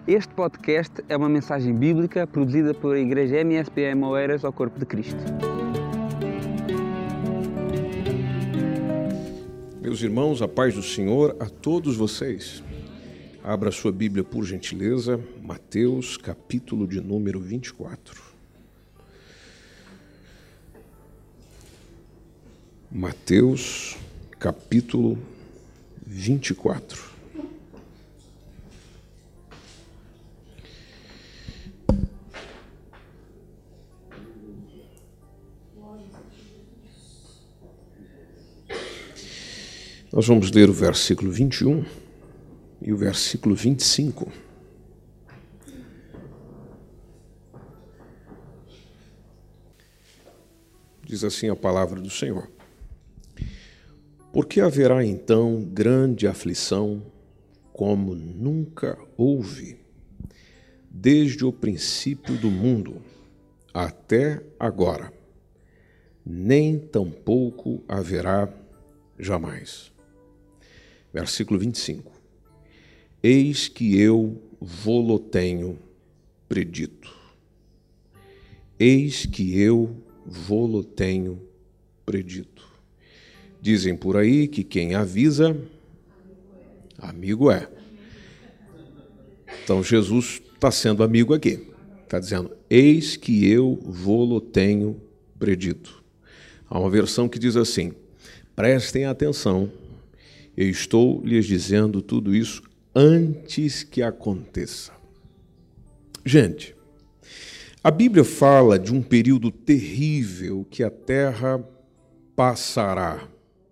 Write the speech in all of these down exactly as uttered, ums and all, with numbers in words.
Este podcast é uma mensagem bíblica produzida pela Igreja M S P M Oeiras ao Corpo de Cristo. Meus irmãos, a paz do Senhor a todos vocês. Abra sua Bíblia, por gentileza, Mateus, capítulo de número vinte e quatro. Mateus, capítulo vinte e quatro. Nós vamos ler o versículo vinte e um e o versículo vinte e cinco. Diz assim a palavra do Senhor. Porque haverá então grande aflição, como nunca houve, desde o princípio do mundo até agora, nem tampouco haverá jamais. Versículo vinte e cinco. Eis que eu vô-lo tenho predito. Eis que eu vô-lo tenho predito. Dizem por aí que quem avisa, amigo é. Então Jesus está sendo amigo aqui. Está dizendo, eis que eu vô-lo tenho predito. Há uma versão que diz assim, prestem atenção, eu estou lhes dizendo tudo isso antes que aconteça. Gente, a Bíblia fala de um período terrível que a terra passará.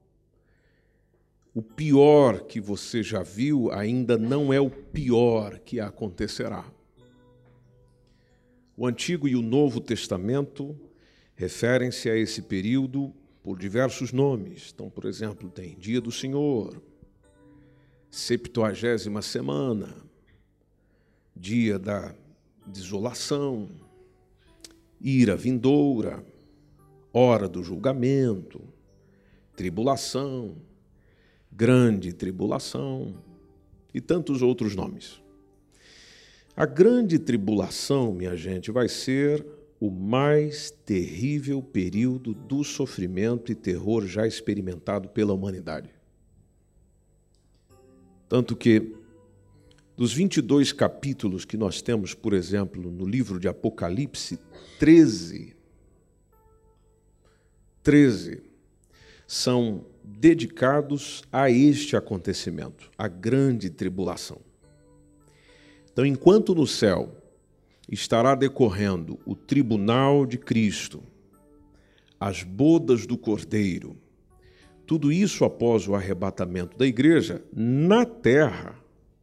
O pior que você já viu ainda não é o pior que acontecerá. O Antigo e o Novo Testamento referem-se a esse período por diversos nomes. Então, por exemplo, tem Dia do Senhor, Septuagésima Semana, Dia da Desolação, Ira Vindoura, Hora do Julgamento, Tribulação, Grande Tribulação e tantos outros nomes. A Grande Tribulação, minha gente, vai ser o mais terrível período do sofrimento e terror já experimentado pela humanidade. Tanto que, dos vinte e dois capítulos que nós temos, por exemplo, no livro de Apocalipse, treze, treze são dedicados a este acontecimento, a grande tribulação. Então, enquanto no céu estará decorrendo o tribunal de Cristo, as bodas do Cordeiro, tudo isso após o arrebatamento da igreja, na terra,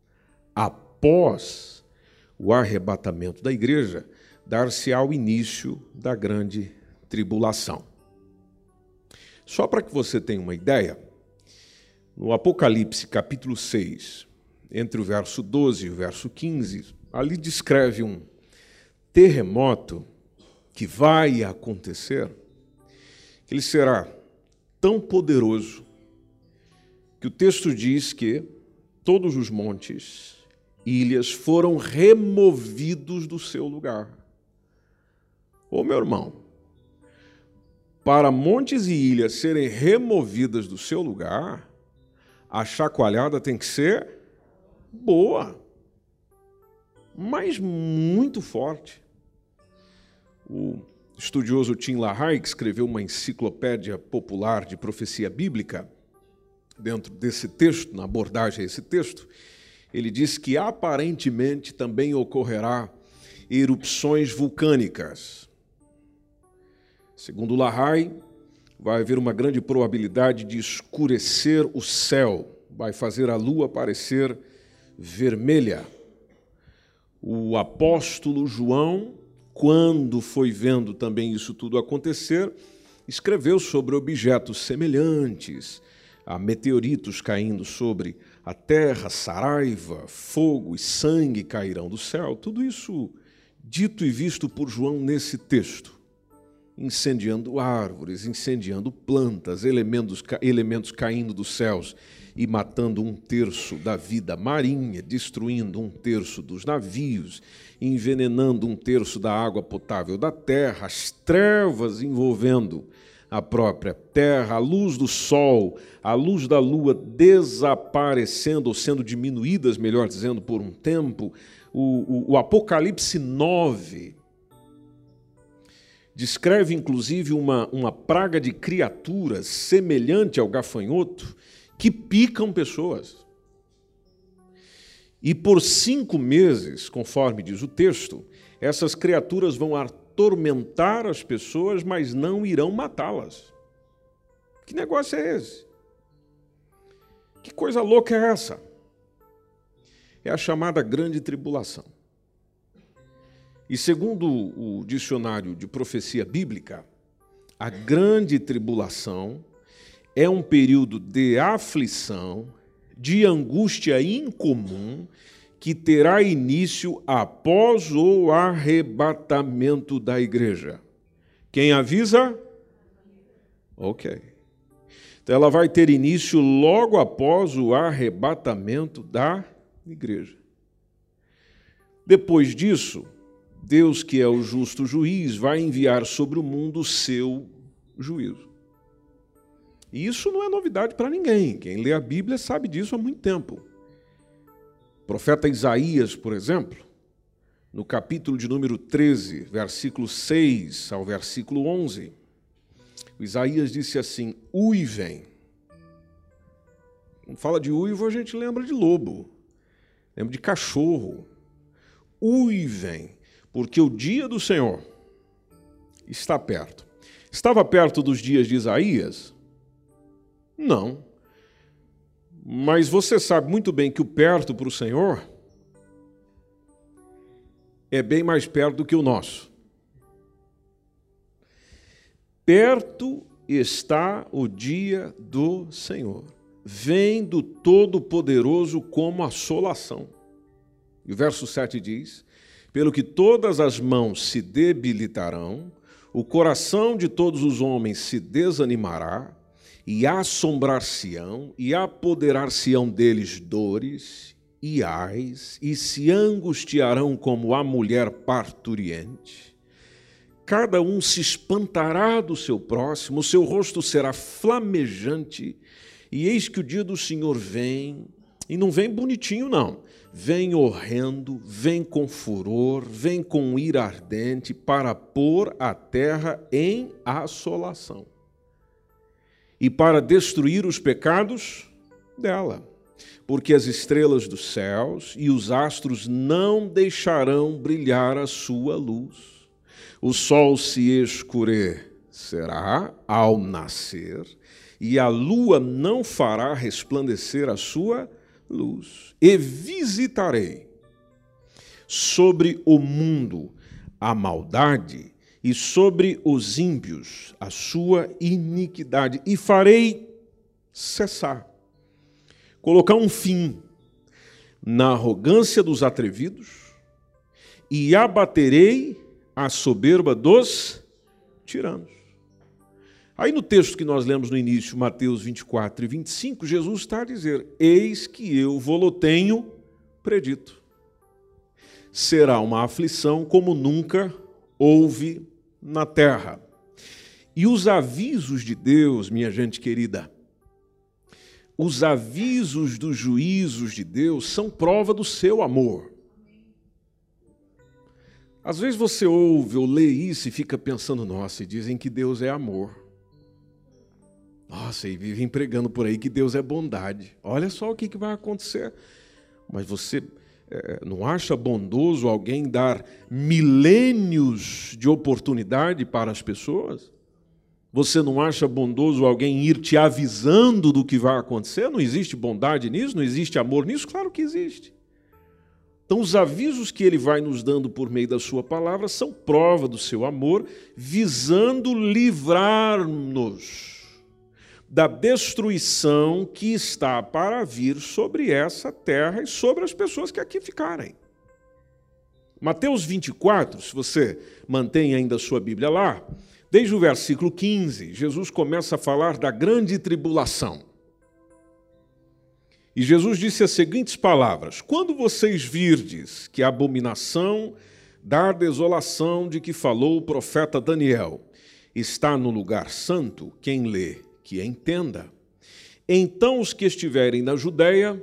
após o arrebatamento da igreja, dar-se-á o início da grande tribulação. Só para que você tenha uma ideia, no Apocalipse capítulo seis, entre o verso doze e o verso quinze, ali descreve um terremoto que vai acontecer, ele será tão poderoso que o texto diz que todos os montes e ilhas foram removidos do seu lugar. Ô meu irmão, para montes e ilhas serem removidas do seu lugar, a chacoalhada tem que ser boa, mas muito forte. O estudioso Tim LaHaye, que escreveu uma enciclopédia popular de profecia bíblica, dentro desse texto, na abordagem a esse texto, ele diz que aparentemente também ocorrerá erupções vulcânicas. Segundo LaHaye, vai haver uma grande probabilidade de escurecer o céu, vai fazer a lua parecer vermelha. O apóstolo João, quando foi vendo também isso tudo acontecer, escreveu sobre objetos semelhantes a meteoritos caindo sobre a terra, saraiva, fogo e sangue cairão do céu. Tudo isso dito e visto por João nesse texto. incendiando árvores, incendiando plantas, elementos, elementos caindo dos céus e matando um terço da vida marinha, destruindo um terço dos navios, envenenando um terço da água potável da terra, as trevas envolvendo a própria terra, a luz do sol, a luz da lua desaparecendo ou sendo diminuídas, melhor dizendo, por um tempo. O, o, o Apocalipse nove descreve, inclusive, uma, uma praga de criaturas semelhante ao gafanhoto que picam pessoas. E por cinco meses, conforme diz o texto, essas criaturas vão atormentar as pessoas, mas não irão matá-las. Que negócio é esse? Que coisa louca é essa? É a chamada grande tribulação. E segundo o dicionário de profecia bíblica, a grande tribulação é um período de aflição, de angústia incomum, que terá início após o arrebatamento da igreja. Quem avisa? Ok. Então ela vai ter início logo após o arrebatamento da igreja. Depois disso, Deus, que é o justo juiz, vai enviar sobre o mundo o seu juízo. E isso não é novidade para ninguém. Quem lê a Bíblia sabe disso há muito tempo. O profeta Isaías, por exemplo, no capítulo de número treze, versículo seis ao versículo onze, Isaías disse assim: uivem. Quando fala de uivo, a gente lembra de lobo, lembra de cachorro. Uivem, porque o dia do Senhor está perto. Estava perto dos dias de Isaías? Não. Mas você sabe muito bem que o perto para o Senhor é bem mais perto do que o nosso. Perto está o dia do Senhor. Vem do Todo-Poderoso como assolação. E o verso sete diz: pelo que todas as mãos se debilitarão, o coração de todos os homens se desanimará, e assombrar-se-ão, e apoderar-se-ão deles dores e ais, e se angustiarão como a mulher parturiente. Cada um se espantará do seu próximo, o seu rosto será flamejante, e eis que o dia do Senhor vem, e não vem bonitinho não, vem horrendo, vem com furor, vem com ira ardente, para pôr a terra em assolação e para destruir os pecados dela, porque as estrelas dos céus e os astros não deixarão brilhar a sua luz. O sol se escurecerá ao nascer, e a lua não fará resplandecer a sua luz. E visitarei sobre o mundo a maldade, e sobre os ímpios a sua iniquidade, e farei cessar, colocar um fim na arrogância dos atrevidos, e abaterei a soberba dos tiranos. Aí no texto que nós lemos no início, Mateus vinte e quatro e vinte e cinco, Jesus está a dizer: eis que eu vou-lo tenho predito. Será uma aflição como nunca houve na terra. E os avisos de Deus, minha gente querida, os avisos dos juízos de Deus são prova do seu amor. Às vezes você ouve ou lê isso e fica pensando: nossa, e dizem que Deus é amor. Nossa, e vivem pregando por aí que Deus é bondade. Olha só o que vai acontecer. Mas você é, não acha bondoso alguém dar milênios de oportunidade para as pessoas? Você não acha bondoso alguém ir te avisando do que vai acontecer? Não existe bondade nisso? Não existe amor nisso? Claro que existe. Então, os avisos que ele vai nos dando por meio da sua palavra são prova do seu amor, visando livrar-nos da destruição que está para vir sobre essa terra e sobre as pessoas que aqui ficarem. Mateus vinte e quatro, se você mantém ainda a sua Bíblia lá, Desde o versículo quinze, Jesus começa a falar da grande tribulação. E Jesus disse as seguintes palavras: quando vocês virdes que a abominação da desolação de que falou o profeta Daniel está no lugar santo, quem lê, que entenda. Então os que estiverem na Judéia,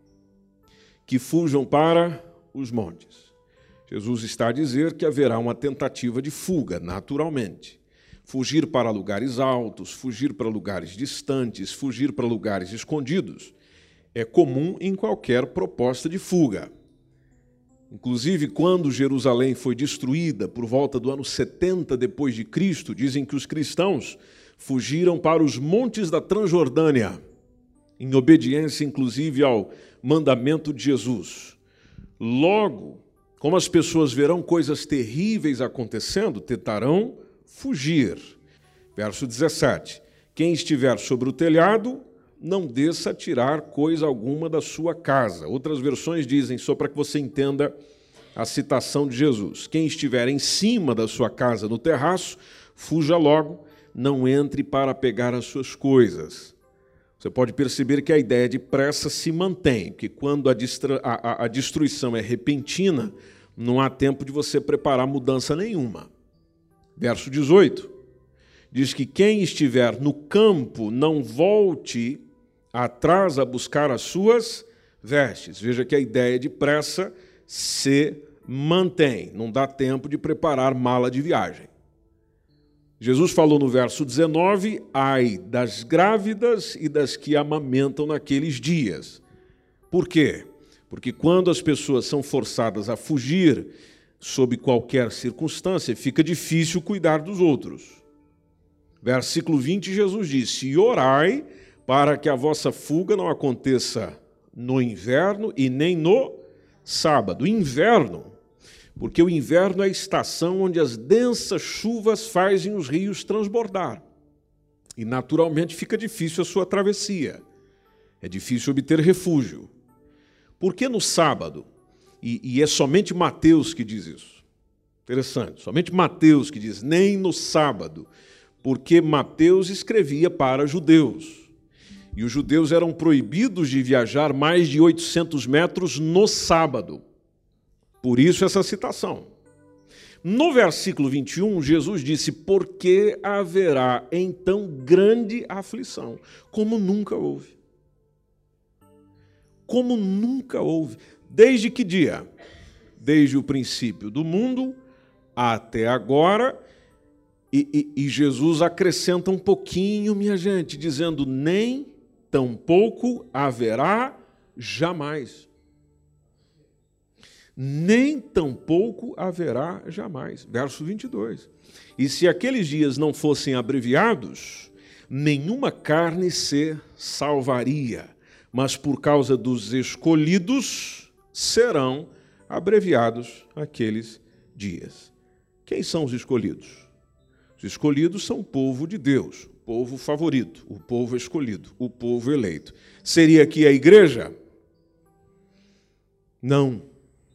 que fujam para os montes. Jesus está a dizer que haverá uma tentativa de fuga, naturalmente. Fugir para lugares altos, fugir para lugares distantes, fugir para lugares escondidos. É comum em qualquer proposta de fuga. Inclusive, quando Jerusalém foi destruída por volta do ano setenta depois de Cristo, dizem que os cristãos fugiram para os montes da Transjordânia, em obediência, inclusive, ao mandamento de Jesus. Logo, como as pessoas verão coisas terríveis acontecendo, tentarão fugir. Verso dezessete. Quem estiver sobre o telhado, não desça a tirar coisa alguma da sua casa. Outras versões dizem, só para que você entenda a citação de Jesus: quem estiver em cima da sua casa, no terraço, fuja logo, não entre para pegar as suas coisas. Você pode perceber que a ideia de pressa se mantém, que quando a, distra... a, a, a destruição é repentina, não há tempo de você preparar mudança nenhuma. Verso dezoito, diz que quem estiver no campo não volte atrás a buscar as suas vestes. Veja que a ideia de pressa se mantém, não dá tempo de preparar mala de viagem. Jesus falou no verso dezenove, ai das grávidas e das que amamentam naqueles dias. Por quê? Porque quando as pessoas são forçadas a fugir, sob qualquer circunstância, fica difícil cuidar dos outros. Versículo vinte, Jesus disse, e orai para que a vossa fuga não aconteça no inverno e nem no sábado. Inverno, porque o inverno é a estação onde as densas chuvas fazem os rios transbordar. E, naturalmente, fica difícil a sua travessia. É difícil obter refúgio. Por que no sábado? E, e é somente Mateus que diz isso. Interessante, somente Mateus que diz, nem no sábado. Porque Mateus escrevia para judeus. E os judeus eram proibidos de viajar mais de oitocentos metros no sábado. Por isso essa citação. No versículo vinte e um, Jesus disse, porque haverá então grande aflição, como nunca houve. Como nunca houve. Desde que dia? Desde o princípio do mundo até agora. E, e, e Jesus acrescenta um pouquinho, minha gente, dizendo, nem tampouco haverá jamais. Nem tampouco haverá jamais. Verso vinte e dois. E se aqueles dias não fossem abreviados, nenhuma carne se salvaria, mas por causa dos escolhidos serão abreviados aqueles dias. Quem são os escolhidos? Os escolhidos são o povo de Deus, o povo favorito, o povo escolhido, o povo eleito. Seria aqui a igreja? Não.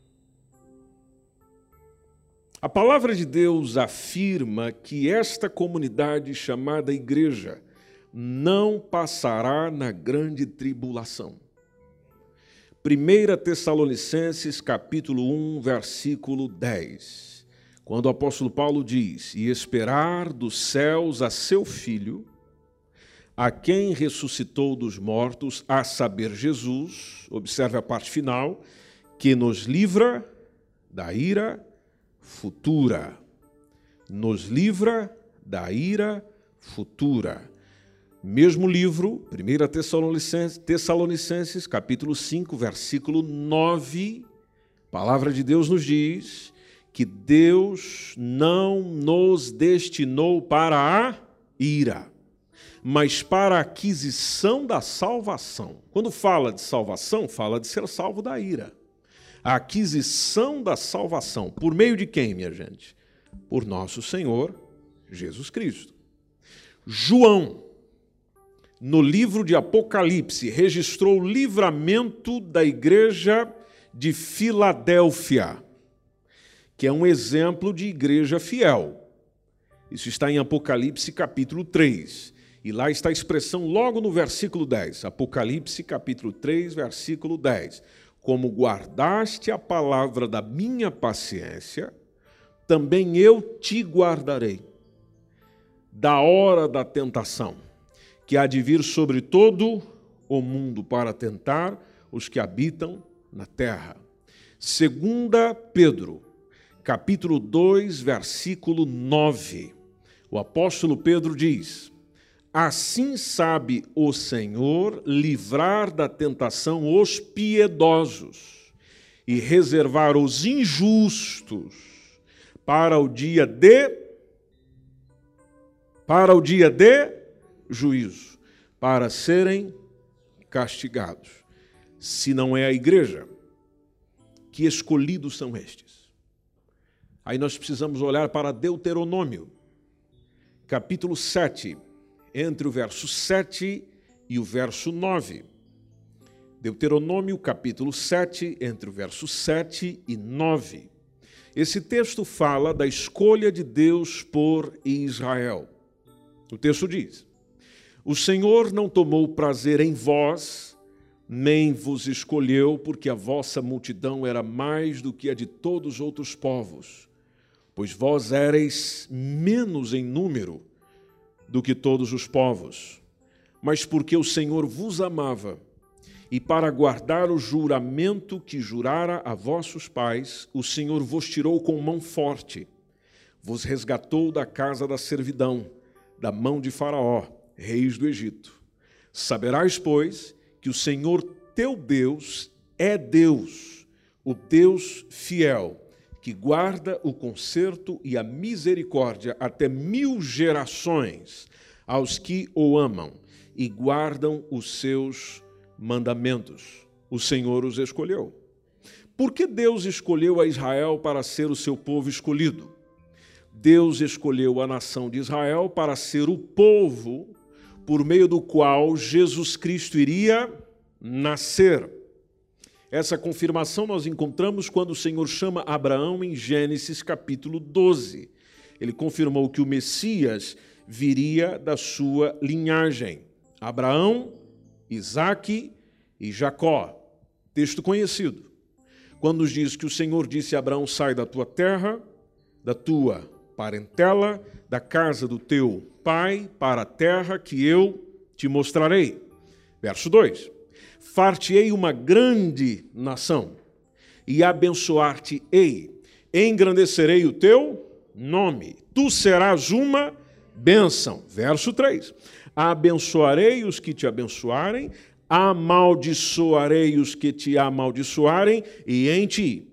A palavra de Deus afirma que esta comunidade chamada igreja não passará na grande tribulação. primeira Tessalonicenses, capítulo um, versículo dez. Quando o apóstolo Paulo diz, e esperar dos céus a seu Filho, a quem ressuscitou dos mortos, a saber Jesus, observe a parte final, que nos livra da ira futura. Nos livra da ira futura. Mesmo livro, primeira Tessalonicenses, Tessalonicenses, capítulo cinco, versículo nove, a palavra de Deus nos diz que Deus não nos destinou para a ira, mas para a aquisição da salvação. Quando fala de salvação, fala de ser salvo da ira. A aquisição da salvação. Por meio de quem, minha gente? Por nosso Senhor Jesus Cristo. João, no livro de Apocalipse, registrou o livramento da igreja de Filadélfia, que é um exemplo de igreja fiel. Isso está em Apocalipse capítulo três. E lá está a expressão logo no versículo dez. Apocalipse capítulo três, versículo dez. Como guardaste a palavra da minha paciência, também eu te guardarei da hora da tentação, que há de vir sobre todo o mundo para tentar os que habitam na terra. Segunda Pedro, capítulo dois, versículo nove. O apóstolo Pedro diz: assim sabe o Senhor livrar da tentação os piedosos e reservar os injustos para o dia de para o dia de juízo, para serem castigados. Se não é a igreja, que escolhidos são estes? Aí nós precisamos olhar para Deuteronômio, capítulo sete, entre o verso sete e o verso nove. Deuteronômio, capítulo sete, entre o verso sete e nove. Esse texto fala da escolha de Deus por Israel. O texto diz: o Senhor não tomou prazer em vós, nem vos escolheu, porque a vossa multidão era mais do que a de todos os outros povos, pois vós éreis menos em número do que todos os povos, mas porque o Senhor vos amava, e para guardar o juramento que jurara a vossos pais, o Senhor vos tirou com mão forte, vos resgatou da casa da servidão, da mão de Faraó, reis do Egito. Saberás, pois, que o Senhor teu Deus é Deus, o Deus fiel, que guarda o conserto e a misericórdia até mil gerações aos que o amam e guardam os seus mandamentos. O Senhor os escolheu. Por que Deus escolheu a Israel para ser o seu povo escolhido? Deus escolheu a nação de Israel para ser o povo por meio do qual Jesus Cristo iria nascer. Essa confirmação nós encontramos quando o Senhor chama Abraão em Gênesis capítulo doze. Ele confirmou que o Messias viria da sua linhagem. Abraão, Isaque e Jacó. Texto conhecido. Quando nos diz que o Senhor disse a Abraão: sai da tua terra, da tua parentela, da casa do teu pai, para a terra que eu te mostrarei. Verso dois. Far-te-ei uma grande nação, e abençoar-te-ei, engrandecerei o teu nome, tu serás uma bênção. Verso três. Abençoarei os que te abençoarem, amaldiçoarei os que te amaldiçoarem, e em ti.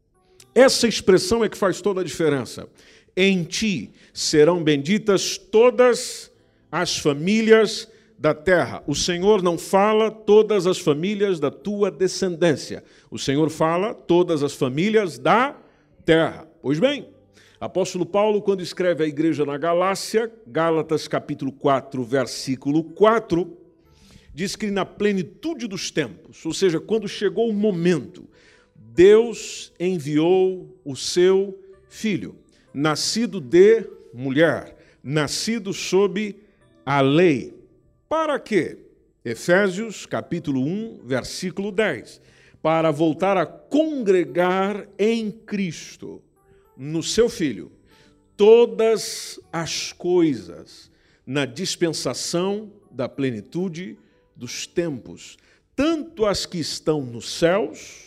Essa expressão é que faz toda a diferença. Em ti serão benditas todas as famílias da terra. O Senhor não fala todas as famílias da tua descendência. O Senhor fala todas as famílias da terra. Pois bem, apóstolo Paulo, quando escreve à igreja na Galácia, Gálatas capítulo quatro, versículo quatro, diz que na plenitude dos tempos, ou seja, quando chegou o momento, Deus enviou o seu filho, nascido de mulher, nascido sob a lei. Para quê? Efésios, capítulo um, versículo dez. Para voltar a congregar em Cristo, no seu Filho, todas as coisas na dispensação da plenitude dos tempos, tanto as que estão nos céus,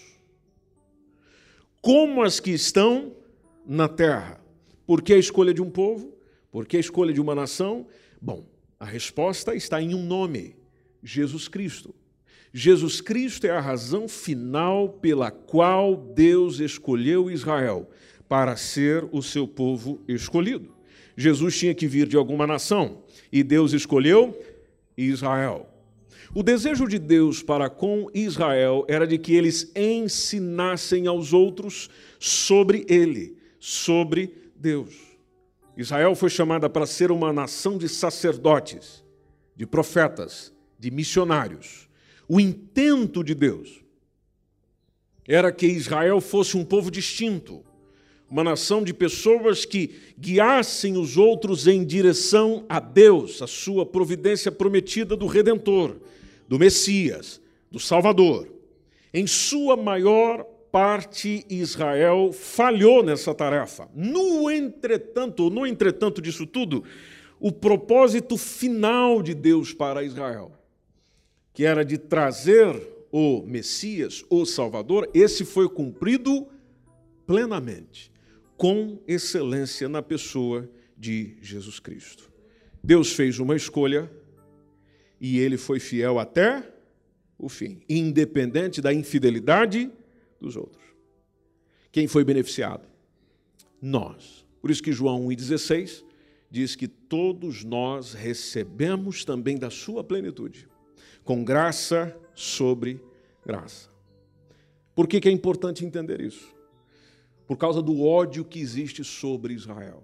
como as que estão na terra. Por que a escolha de um povo? Por que a escolha de uma nação? Bom, a resposta está em um nome: Jesus Cristo. Jesus Cristo é a razão final pela qual Deus escolheu Israel para ser o seu povo escolhido. Jesus tinha que vir de alguma nação e Deus escolheu Israel. O desejo de Deus para com Israel era de que eles ensinassem aos outros sobre ele, sobre Deus. Israel foi chamada para ser uma nação de sacerdotes, de profetas, de missionários. O intento de Deus era que Israel fosse um povo distinto, uma nação de pessoas que guiassem os outros em direção a Deus, a sua providência prometida do Redentor, do Messias, do Salvador. Em sua maior parte, Israel falhou nessa tarefa. No entretanto, no entretanto disso tudo, o propósito final de Deus para Israel, que era de trazer o Messias, o Salvador, esse foi cumprido plenamente, com excelência na pessoa de Jesus Cristo. Deus fez uma escolha e ele foi fiel até o fim, independente da infidelidade dos outros. Quem foi beneficiado? Nós. Por isso que João um e dezesseis diz que todos nós recebemos também da sua plenitude, com graça sobre graça. Por que que é importante entender isso? Por causa do ódio que existe sobre Israel.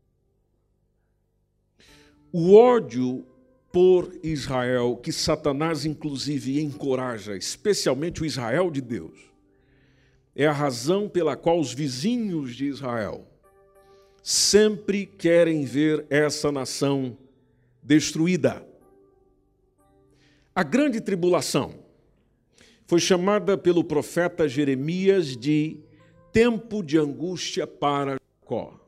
O ódio por Israel, que Satanás inclusive encoraja, especialmente o Israel de Deus, é a razão pela qual os vizinhos de Israel sempre querem ver essa nação destruída. A grande tribulação foi chamada pelo profeta Jeremias de tempo de angústia para Jacó.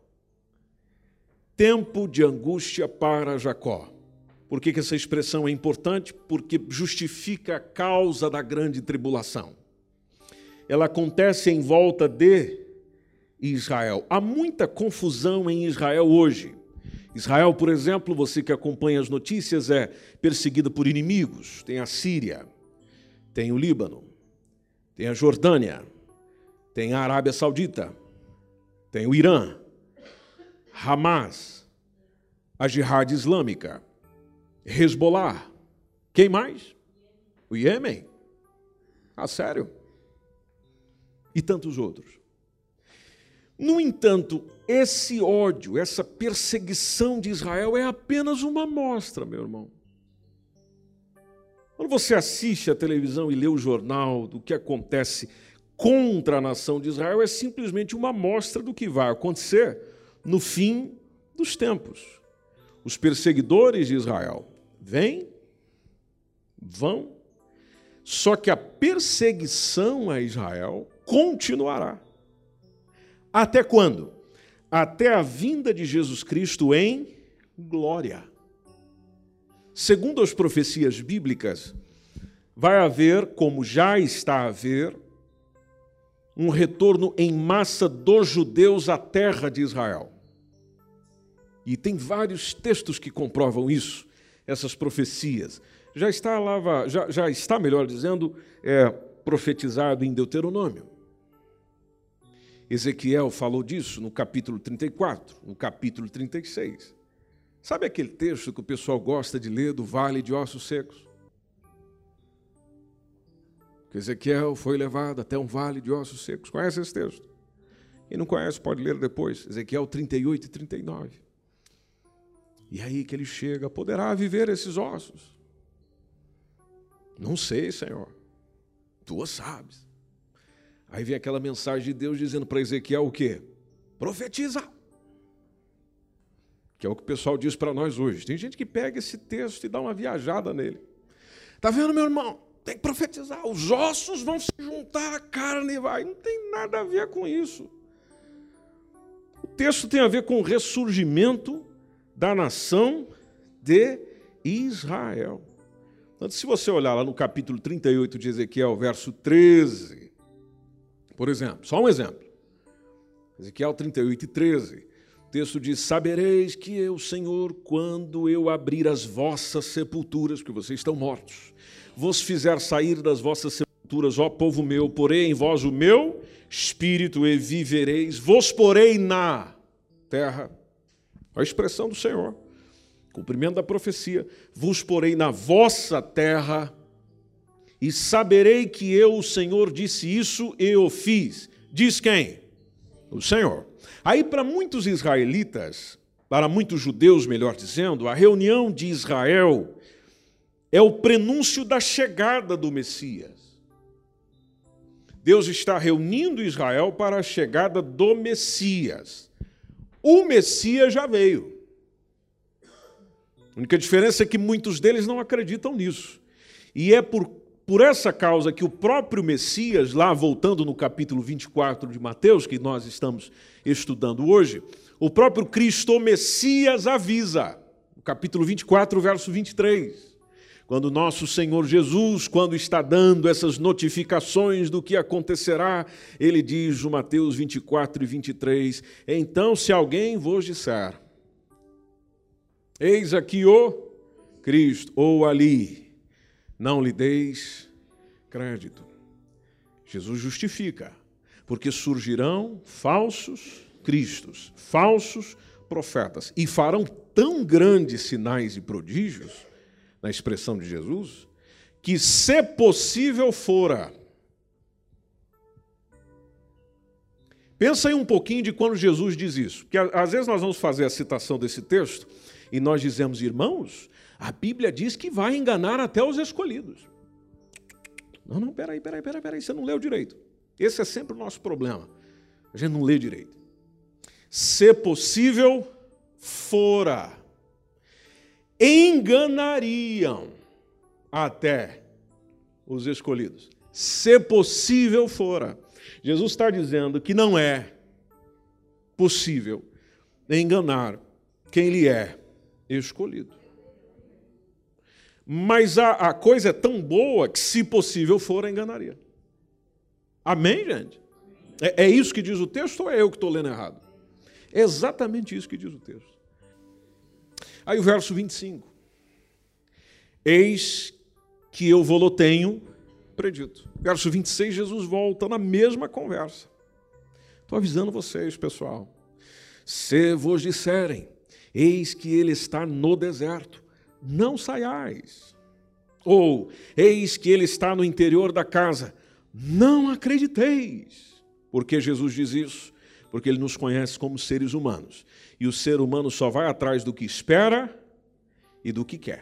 Tempo de angústia para Jacó. Por que que essa expressão é importante? Porque justifica a causa da grande tribulação. Ela acontece em volta de Israel. Há muita confusão em Israel hoje. Israel, por exemplo, você que acompanha as notícias, é perseguido por inimigos. Tem a Síria, tem o Líbano, tem a Jordânia, tem a Arábia Saudita, tem o Irã, Hamas, a Jihad Islâmica, Hezbollah. Quem mais? O Iêmen. Ah, sério? E tantos outros. No entanto, esse ódio, essa perseguição de Israel é apenas uma amostra, meu irmão. Quando você assiste a televisão e lê o jornal do que acontece contra a nação de Israel, é simplesmente uma amostra do que vai acontecer no fim dos tempos. Os perseguidores de Israel vêm, vão, só que a perseguição a Israel continuará. Até quando? Até a vinda de Jesus Cristo em glória. Segundo as profecias bíblicas, vai haver, como já está a haver, um retorno em massa dos judeus à terra de Israel. E tem vários textos que comprovam isso, essas profecias. Já está, lá, já, já está melhor dizendo, é, profetizado em Deuteronômio. Ezequiel falou disso no capítulo trinta e quatro, no capítulo trinta e seis. Sabe aquele texto que o pessoal gosta de ler do Vale de Ossos Secos? Que Ezequiel foi levado até um vale de ossos secos. Conhece esse texto? Quem não conhece pode ler depois. Ezequiel trinta e oito e trinta e nove. E aí que ele chega, poderá viver esses ossos? Não sei, Senhor. Tu sabes. Aí vem aquela mensagem de Deus dizendo para Ezequiel o quê? Profetiza. Que é o que o pessoal diz para nós hoje. Tem gente que pega esse texto e dá uma viajada nele. Está vendo, meu irmão? Tem que profetizar. Os ossos vão se juntar, a carne vai. Não tem nada a ver com isso. O texto tem a ver com o ressurgimento da nação de Israel. Então, se você olhar lá no capítulo trinta e oito de Ezequiel, verso treze, por exemplo, só um exemplo. Ezequiel trinta e oito e treze. O texto diz, sabereis que eu, Senhor, quando eu abrir as vossas sepulturas, porque vocês estão mortos, vos fizer sair das vossas sepulturas, ó povo meu, porei em vós o meu espírito e vivereis, vos porei na terra. A expressão do Senhor, cumprimento da profecia, vos porei na vossa terra, e saberei que eu, o Senhor, disse isso e o fiz. Diz quem? O Senhor. Aí, para muitos israelitas, para muitos judeus, melhor dizendo, a reunião de Israel é o prenúncio da chegada do Messias. Deus está reunindo Israel para a chegada do Messias. O Messias já veio. A única diferença é que muitos deles não acreditam nisso. E é por, por essa causa que o próprio Messias, lá voltando no capítulo vinte e quatro de Mateus, que nós estamos estudando hoje, o próprio Cristo, o Messias, avisa. No capítulo vinte e quatro, verso vinte e três. Quando nosso Senhor Jesus, quando está dando essas notificações do que acontecerá, ele diz no Mateus vinte e quatro e vinte e três, então se alguém vos disser, eis aqui o Cristo, ou ali, não lhe deis crédito. Jesus justifica, porque surgirão falsos cristos, falsos profetas, e farão tão grandes sinais e prodígios, na expressão de Jesus, que se possível fora. Pensa aí um pouquinho de quando Jesus diz isso, porque às vezes nós vamos fazer a citação desse texto e nós dizemos, irmãos, a Bíblia diz que vai enganar até os escolhidos. Não, não, peraí, peraí, peraí, peraí, você não leu direito. Esse é sempre o nosso problema, a gente não lê direito. Se possível fora. Enganariam até os escolhidos, se possível fora. Jesus está dizendo que não é possível enganar quem lhe é escolhido. Mas a, a coisa é tão boa que, se possível fora, enganaria. Amém, gente? É, é isso que diz o texto ou é eu que estou lendo errado? É exatamente isso que diz o texto. Aí o verso vinte e cinco. Eis que eu vou-lo tenho predito. Verso vinte e seis, Jesus volta na mesma conversa. Estou avisando vocês, pessoal. Se vos disserem, eis que ele está no deserto, não saiais. Ou, eis que ele está no interior da casa, não acrediteis. Por que Jesus diz isso? Porque ele nos conhece como seres humanos. E o ser humano só vai atrás do que espera e do que quer.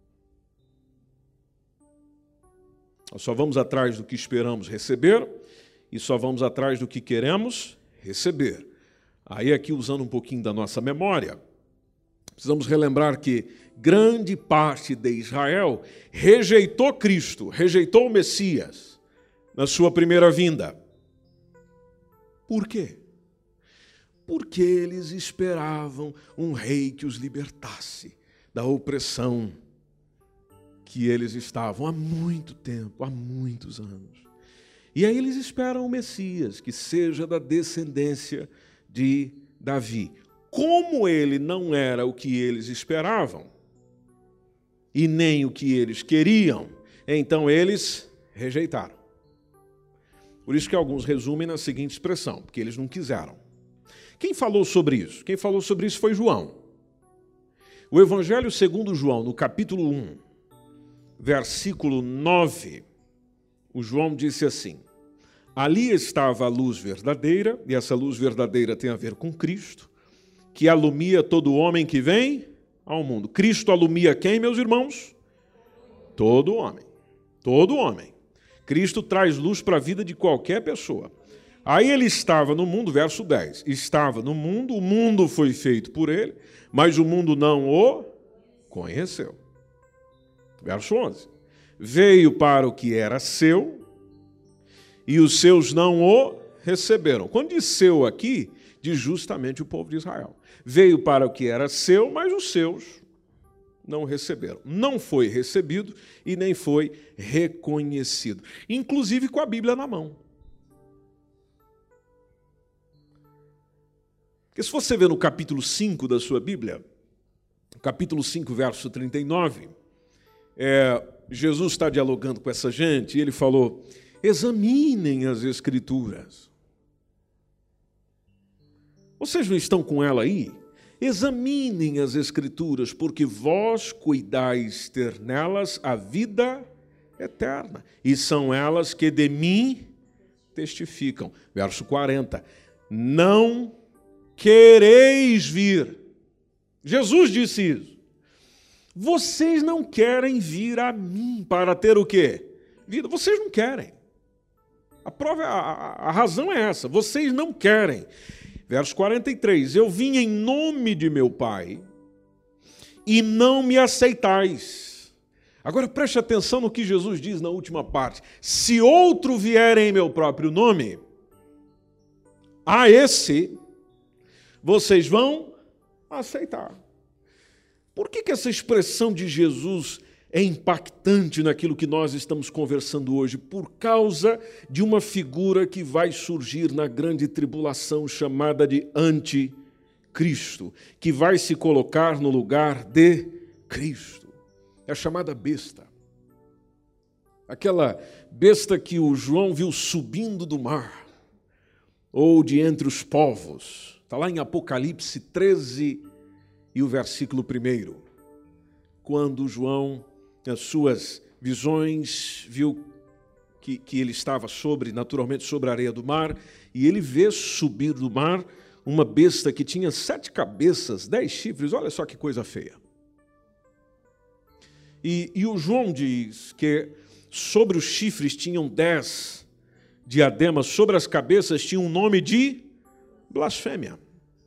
Nós só vamos atrás do que esperamos receber e só vamos atrás do que queremos receber. Aí aqui, usando um pouquinho da nossa memória, precisamos relembrar que grande parte de Israel rejeitou Cristo, rejeitou o Messias na sua primeira vinda. Por quê? Porque eles esperavam um rei que os libertasse da opressão que eles estavam há muito tempo, há muitos anos. E aí eles esperam o Messias, que seja da descendência de Davi. Como ele não era o que eles esperavam, e nem o que eles queriam, então eles rejeitaram. Por isso que alguns resumem na seguinte expressão, porque eles não quiseram. Quem falou sobre isso? Quem falou sobre isso foi João. O Evangelho segundo João, no capítulo um, versículo nove, o João disse assim, ali estava a luz verdadeira, e essa luz verdadeira tem a ver com Cristo, que alumia todo homem que vem ao mundo. Cristo alumia quem, meus irmãos? Todo homem. Todo homem. Cristo traz luz para a vida de qualquer pessoa. Aí ele estava no mundo, verso dez, estava no mundo, o mundo foi feito por ele, mas o mundo não o conheceu. Verso onze, veio para o que era seu, e os seus não o receberam. Quando diz seu aqui, diz justamente o povo de Israel. Veio para o que era seu, mas os seus não receberam. Não foi recebido e nem foi reconhecido. Inclusive com a Bíblia na mão. Porque se você ver no capítulo cinco da sua Bíblia, capítulo cinco, verso trinta e nove, é, Jesus está dialogando com essa gente e ele falou, examinem as Escrituras. Vocês não estão com ela aí? Examinem as Escrituras, porque vós cuidais ter nelas a vida eterna, e são elas que de mim testificam. Verso quarenta, não quereis vir. Jesus disse isso. Vocês não querem vir a mim para ter o quê? Vida. Vocês não querem. A prova, a, a razão é essa, vocês não querem. Verso quarenta e três, eu vim em nome de meu Pai e não me aceitais. Agora preste atenção no que Jesus diz na última parte. Se outro vier em meu próprio nome, a esse vocês vão aceitar. Por que que essa expressão de Jesus é impactante naquilo que nós estamos conversando hoje? Por causa de uma figura que vai surgir na grande tribulação chamada de anticristo, que vai se colocar no lugar de Cristo. É a chamada besta. Aquela besta que o João viu subindo do mar, ou de entre os povos. Está lá em Apocalipse treze e o versículo primeiro. Quando João, nas suas visões, viu que, que ele estava sobre, naturalmente, sobre a areia do mar, e ele vê subir do mar uma besta que tinha sete cabeças, dez chifres, olha só que coisa feia. E, e o João diz que sobre os chifres tinham dez diademas, sobre as cabeças tinha um nome de blasfêmia.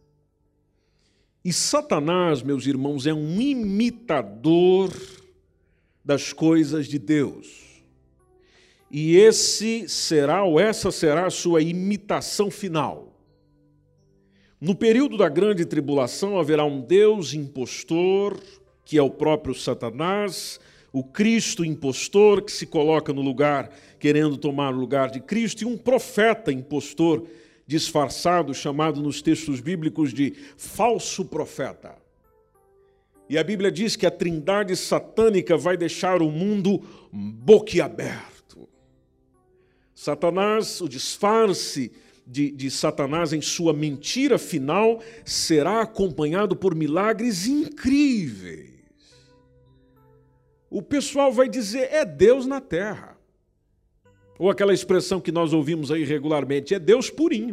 E Satanás, meus irmãos, é um imitador das coisas de Deus. E esse será, ou essa será a sua imitação final. No período da grande tribulação haverá um Deus impostor, que é o próprio Satanás, o Cristo impostor, que se coloca no lugar, querendo tomar o lugar de Cristo, e um profeta impostor, disfarçado, chamado nos textos bíblicos de falso profeta. E a Bíblia diz que a trindade satânica vai deixar o mundo boquiaberto. Satanás, o disfarce de, de Satanás em sua mentira final, será acompanhado por milagres incríveis. O pessoal vai dizer, é Deus na terra. Ou aquela expressão que nós ouvimos aí regularmente, é Deus purinho.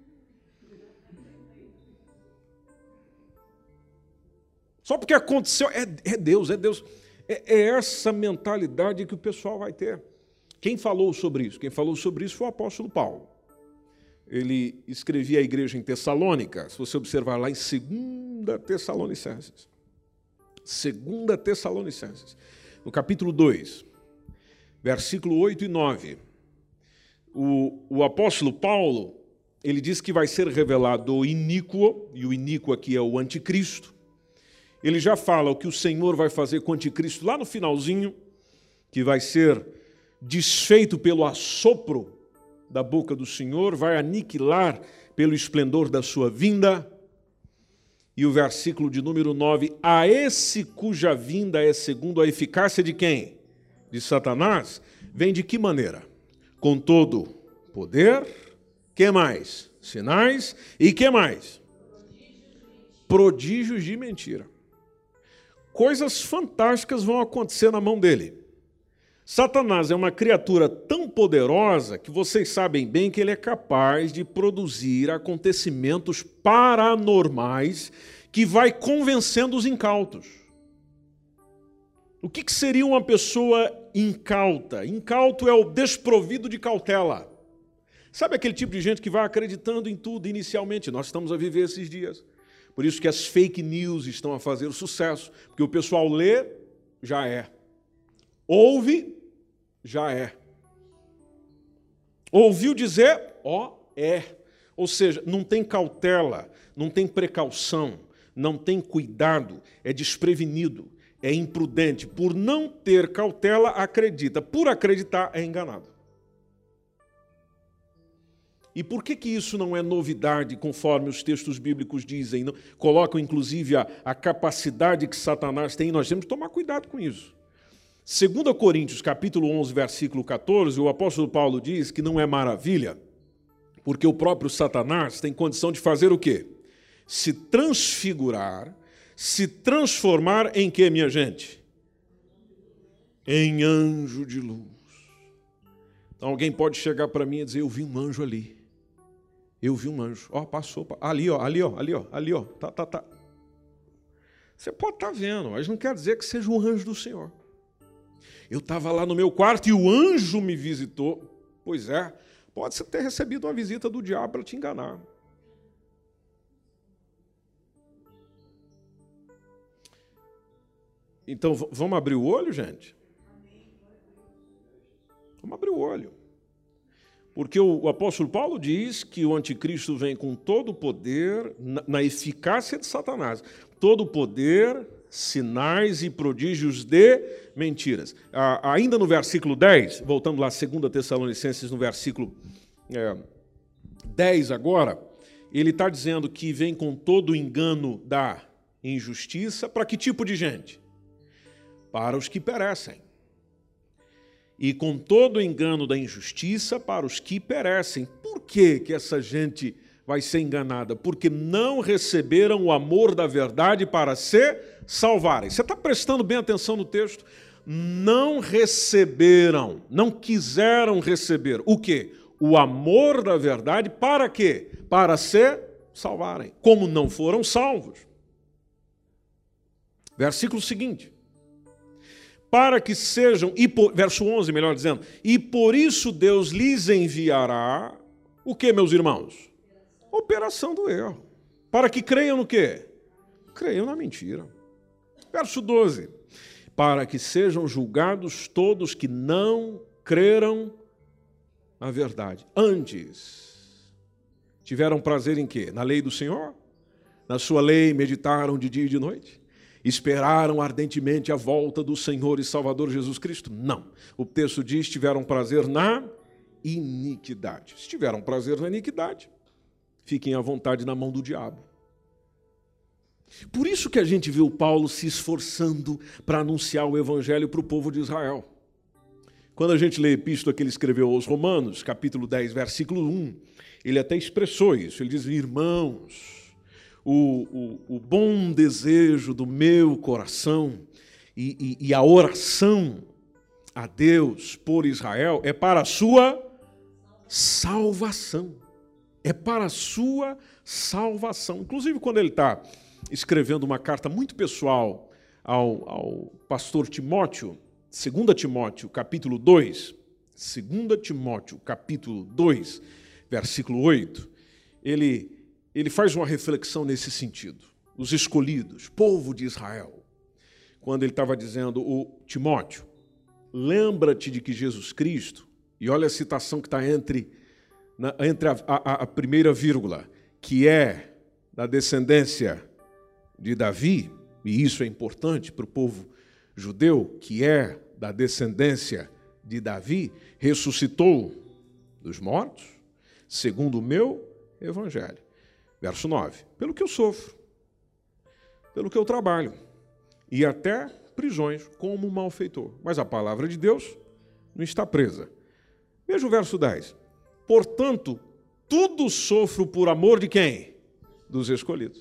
Só porque aconteceu, é, é Deus, é Deus. É, é essa mentalidade que o pessoal vai ter. Quem falou sobre isso? Quem falou sobre isso foi o apóstolo Paulo. Ele escrevia a igreja em Tessalônica, se você observar lá em segunda Tessalonicenses. segunda Tessalonicenses, no capítulo dois, versículo oito e nove. O, o apóstolo Paulo, ele diz que vai ser revelado o iníquo, e o iníquo aqui é o anticristo. Ele já fala o que o Senhor vai fazer com o anticristo lá no finalzinho, que vai ser desfeito pelo assopro da boca do Senhor, vai aniquilar pelo esplendor da sua vinda. E o versículo de número nove, a esse cuja vinda é segundo a eficácia de quem? De Satanás, vem de que maneira? Com todo poder, que mais? Sinais e que mais? Prodígios de mentira. Coisas fantásticas vão acontecer na mão dele. Satanás é uma criatura tão poderosa que vocês sabem bem que ele é capaz de produzir acontecimentos paranormais que vai convencendo os incautos. O que que seria uma pessoa incauta? Incauto é o desprovido de cautela. Sabe aquele tipo de gente que vai acreditando em tudo inicialmente? Nós estamos a viver esses dias. Por isso que as fake news estão a fazer sucesso, porque o pessoal lê, já é. Ouve, já é. Ouviu dizer, ó, é. Ou seja, não tem cautela, não tem precaução, não tem cuidado, é desprevenido, é imprudente. Por não ter cautela, acredita. Por acreditar, é enganado. E por que que isso não é novidade, conforme os textos bíblicos dizem? Não, colocam, inclusive, a, a capacidade que Satanás tem, e nós temos que tomar cuidado com isso. Segundo Coríntios, capítulo onze, versículo quatorze, o apóstolo Paulo diz que não é maravilha, porque o próprio Satanás tem condição de fazer o quê? Se transfigurar, se transformar em quê, minha gente? Em anjo de luz. Então alguém pode chegar para mim e dizer, eu vi um anjo ali. Eu vi um anjo. Ó, passou. Ali, ó, ali, ó, ali, ó, ali, ó. Tá, tá, tá. Você pode estar vendo, mas não quer dizer que seja um anjo do Senhor. Eu estava lá no meu quarto e o anjo me visitou. Pois é, Pode ter recebido uma visita do diabo para te enganar. Então, vamos abrir o olho, gente? Vamos abrir o olho. Porque o, o apóstolo Paulo diz que o anticristo vem com todo o poder, na, na eficácia de Satanás, todo o poder, sinais e prodígios de mentiras. Ah, ainda no versículo dez, voltando lá, segunda Tessalonicenses, no versículo é, dez agora, ele está dizendo que vem com todo o engano da injustiça. Para que tipo de gente? Para os que perecem. E com todo o engano da injustiça para os que perecem. Por que que essa gente vai ser enganada? Porque não receberam o amor da verdade para se salvarem. Você está prestando bem atenção no texto? Não receberam, não quiseram receber. O quê? O amor da verdade para quê? Para se salvarem. Como não foram salvos. Versículo seguinte. Para que sejam, e por, verso onze, melhor dizendo, e por isso Deus lhes enviará, o que, meus irmãos? Operação do erro. Para que creiam no quê? Creiam na mentira. Verso doze, para que sejam julgados todos que não creram na verdade. Antes, tiveram prazer em quê? Na lei do Senhor? Na sua lei meditaram de dia e de noite? Esperaram ardentemente a volta do Senhor e Salvador Jesus Cristo? Não. O texto diz, tiveram prazer na iniquidade. Se tiveram prazer na iniquidade, fiquem à vontade na mão do diabo. Por isso que a gente viu Paulo se esforçando para anunciar o evangelho para o povo de Israel. Quando a gente lê a epístola que ele escreveu aos Romanos, capítulo dez, versículo um, ele até expressou isso. Ele diz, irmãos, O, o, o bom desejo do meu coração e, e, e a oração a Deus por Israel é para a sua salvação. É para a sua salvação. Inclusive, quando ele está escrevendo uma carta muito pessoal ao, ao pastor Timóteo, segunda Timóteo, capítulo dois, segunda Timóteo, capítulo dois, versículo oito, ele... Ele faz uma reflexão nesse sentido. Os escolhidos, povo de Israel. Quando ele estava dizendo, o Timóteo, lembra-te de que Jesus Cristo, e olha a citação que está entre, na, entre a, a, a primeira vírgula, que é da descendência de Davi, e isso é importante para o povo judeu, que é da descendência de Davi, ressuscitou dos mortos, segundo o meu evangelho. Verso nove, pelo que eu sofro, pelo que eu trabalho, e até prisões como malfeitor. Mas a palavra de Deus não está presa. Veja o verso dez. Portanto, tudo sofro por amor de quem? Dos escolhidos.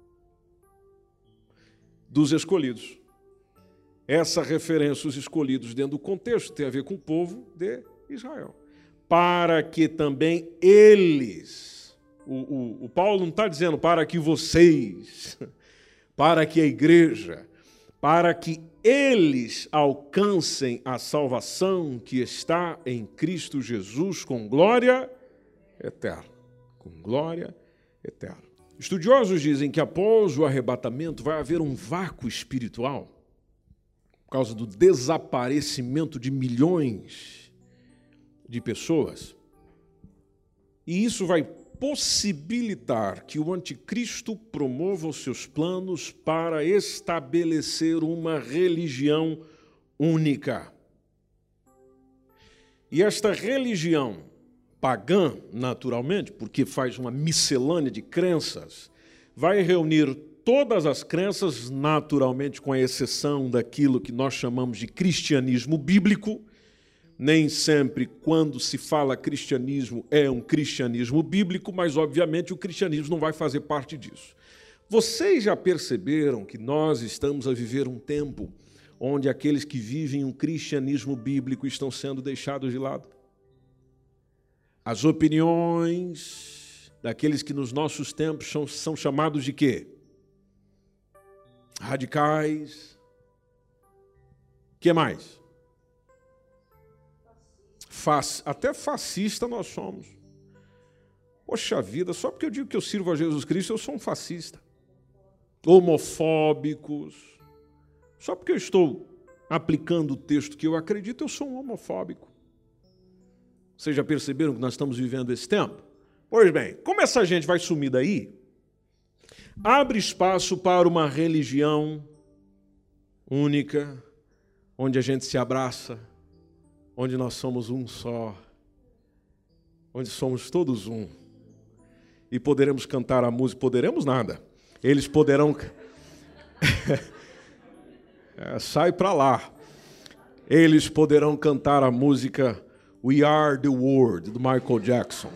Dos escolhidos. Essa referência, os escolhidos, dentro do contexto, tem a ver com o povo de Israel. Para que também eles... O, o, o Paulo não está dizendo para que vocês, para que a igreja, para que eles alcancem a salvação que está em Cristo Jesus com glória eterna. Com glória eterna. Estudiosos dizem que após o arrebatamento vai haver um vácuo espiritual por causa do desaparecimento de milhões de pessoas. E isso vai possibilitar que o anticristo promova os seus planos para estabelecer uma religião única. E esta religião pagã, naturalmente, porque faz uma miscelânea de crenças, vai reunir todas as crenças, naturalmente, com a exceção daquilo que nós chamamos de cristianismo bíblico. Nem sempre, quando se fala cristianismo, é um cristianismo bíblico, mas, obviamente, o cristianismo não vai fazer parte disso. Vocês já perceberam que nós estamos a viver um tempo onde aqueles que vivem um cristianismo bíblico estão sendo deixados de lado? As opiniões daqueles que nos nossos tempos são, são chamados de quê? Radicais. O que mais? até fascista nós somos. Poxa vida, só porque eu digo que eu sirvo a Jesus Cristo, eu sou um fascista. Homofóbicos. Só porque eu estou aplicando o texto que eu acredito, eu sou um homofóbico. Vocês já perceberam que nós estamos vivendo esse tempo? Pois bem, como essa gente vai sumir daí, abre espaço para uma religião única, onde a gente se abraça, onde nós somos um só, onde somos todos um. E poderemos cantar a música, poderemos nada. Eles poderão... é, sai para lá. Eles poderão cantar a música We Are the World, do Michael Jackson.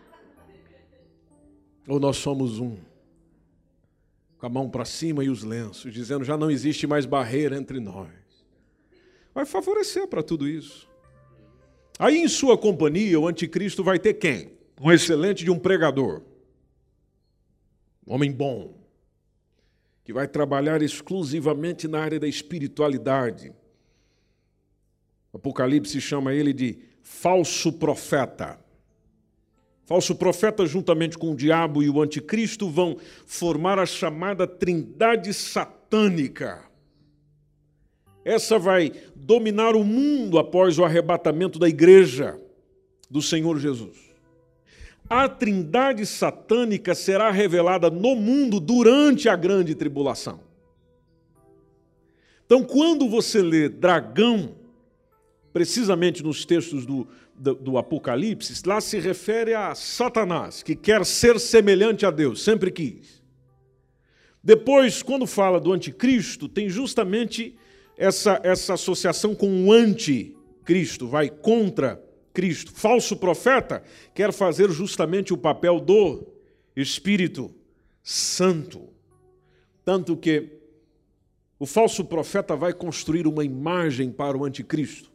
Ou nós somos um. Com a mão para cima e os lenços, dizendo já não existe mais barreira entre nós. Vai favorecer para tudo isso. Aí em sua companhia o anticristo vai ter quem? Um excelente de um pregador. Um homem bom. Que vai trabalhar exclusivamente na área da espiritualidade. O Apocalipse chama ele de falso profeta. Falso profeta, juntamente com o diabo e o anticristo, vão formar a chamada trindade satânica. Essa vai dominar o mundo após o arrebatamento da igreja do Senhor Jesus. A trindade satânica será revelada no mundo durante a grande tribulação. Então, quando você lê dragão, precisamente nos textos do, do, do Apocalipse, lá se refere a Satanás, que quer ser semelhante a Deus, sempre quis. Depois, quando fala do anticristo, tem justamente essa, essa associação com o anticristo, vai contra Cristo. Falso profeta quer fazer justamente o papel do Espírito Santo. Tanto que o falso profeta vai construir uma imagem para o anticristo.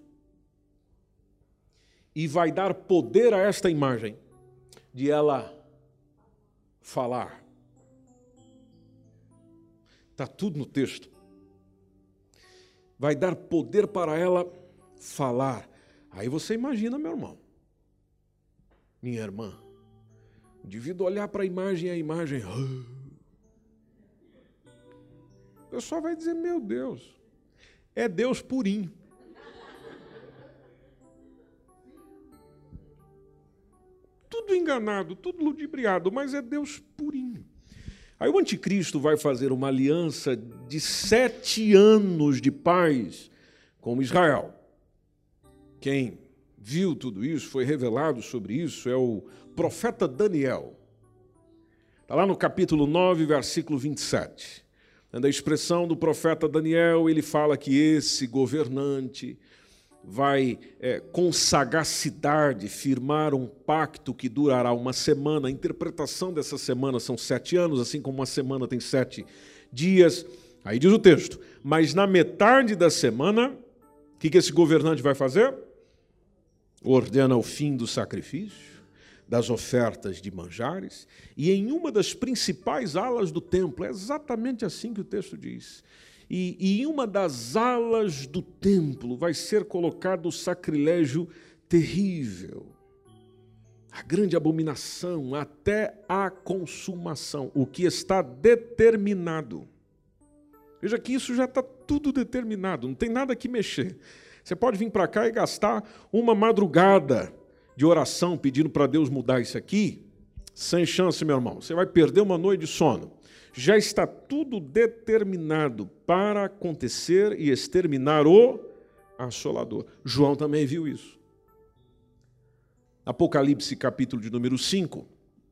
E vai dar poder a esta imagem de ela falar. Está tudo no texto. Vai dar poder para ela falar. Aí você imagina, meu irmão, minha irmã, o indivíduo olhar para a imagem e a imagem... O pessoal vai dizer, meu Deus, é Deus purinho. Tudo enganado, tudo ludibriado, mas é Deus purinho. Aí o anticristo vai fazer uma aliança de sete anos de paz com Israel. Quem viu tudo isso, foi revelado sobre isso, é o profeta Daniel. Está lá no capítulo nove, versículo vinte e sete. Da expressão do profeta Daniel, ele fala que esse governante vai, é, com sagacidade, firmar um pacto que durará uma semana. A interpretação dessa semana são sete anos, assim como uma semana tem sete dias. Aí diz o texto, mas na metade da semana, o que, que esse governante vai fazer? Ordena o fim do sacrifício, das ofertas de manjares, e em uma das principais alas do templo, é exatamente assim que o texto diz, e, e em uma das alas do templo vai ser colocado o sacrilégio terrível, a grande abominação, até a consumação, o que está determinado. Veja que isso já está tudo determinado, não tem nada que mexer. Você pode vir para cá e gastar uma madrugada de oração pedindo para Deus mudar isso aqui, sem chance, meu irmão. Você vai perder uma noite de sono. Já está tudo determinado para acontecer e exterminar o assolador. João também viu isso. Apocalipse, capítulo de número cinco,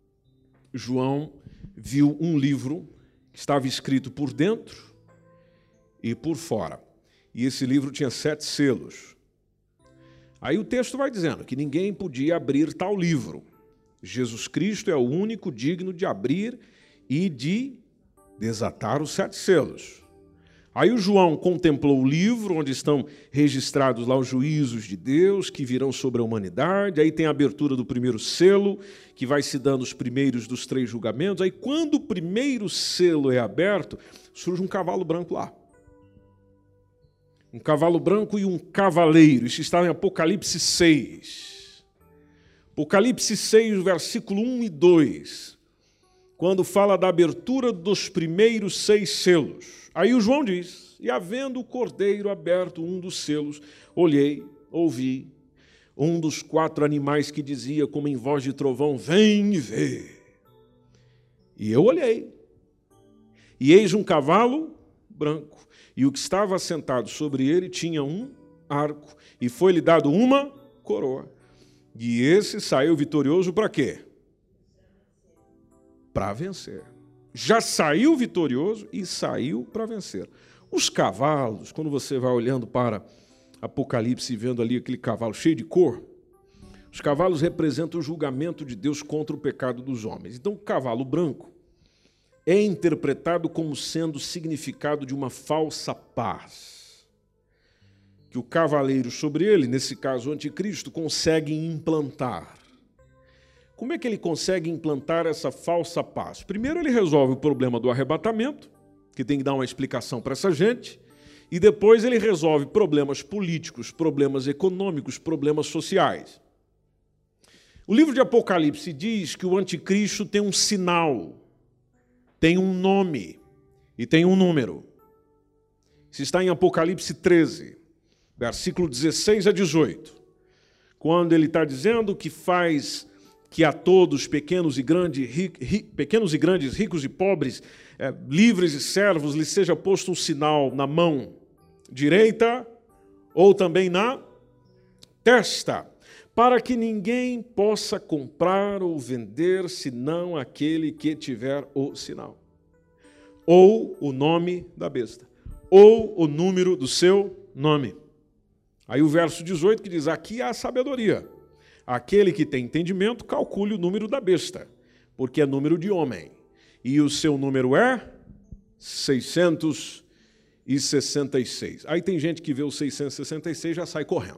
João viu um livro que estava escrito por dentro e por fora. E esse livro tinha sete selos. Aí o texto vai dizendo que ninguém podia abrir tal livro. Jesus Cristo é o único digno de abrir e de desatar os sete selos. Aí o João contemplou o livro, onde estão registrados lá os juízos de Deus que virão sobre a humanidade. Aí tem a abertura do primeiro selo, que vai se dando os primeiros dos três julgamentos. Aí quando o primeiro selo é aberto, surge um cavalo branco lá. Um cavalo branco e um cavaleiro. Isso está em Apocalipse seis. Apocalipse seis, versículo um e dois. Quando fala da abertura dos primeiros seis selos. Aí o João diz, e havendo o cordeiro aberto um dos selos, olhei, ouvi, um dos quatro animais que dizia, como em voz de trovão, vem e vê. E eu olhei, e eis um cavalo branco, e o que estava assentado sobre ele tinha um arco, e foi-lhe dado uma coroa. E esse saiu vitorioso para quê? Para vencer. Já saiu vitorioso e saiu para vencer. Os cavalos, quando você vai olhando para Apocalipse e vendo ali aquele cavalo cheio de cor, os cavalos representam o julgamento de Deus contra o pecado dos homens. Então, o cavalo branco é interpretado como sendo o significado de uma falsa paz, que o cavaleiro sobre ele, nesse caso o anticristo, consegue implantar. Como é que ele consegue implantar essa falsa paz? Primeiro ele resolve o problema do arrebatamento, que tem que dar uma explicação para essa gente, e depois ele resolve problemas políticos, problemas econômicos, problemas sociais. O livro de Apocalipse diz que o anticristo tem um sinal, tem um nome e tem um número. Isso está em Apocalipse treze, versículo dezesseis a dezoito, quando ele está dizendo que faz que a todos, pequenos e grandes, ri, ri, pequenos e grandes, ricos e pobres, é, livres e servos, lhes seja posto um sinal na mão direita ou também na testa, para que ninguém possa comprar ou vender, senão aquele que tiver o sinal, ou o nome da besta, ou o número do seu nome. Aí o verso dezoito que diz, aqui há sabedoria. Aquele que tem entendimento, calcule o número da besta, porque é número de homem. E o seu número é seiscentos e sessenta e seis. Aí tem gente que vê o seiscentos e sessenta e seis e já sai correndo.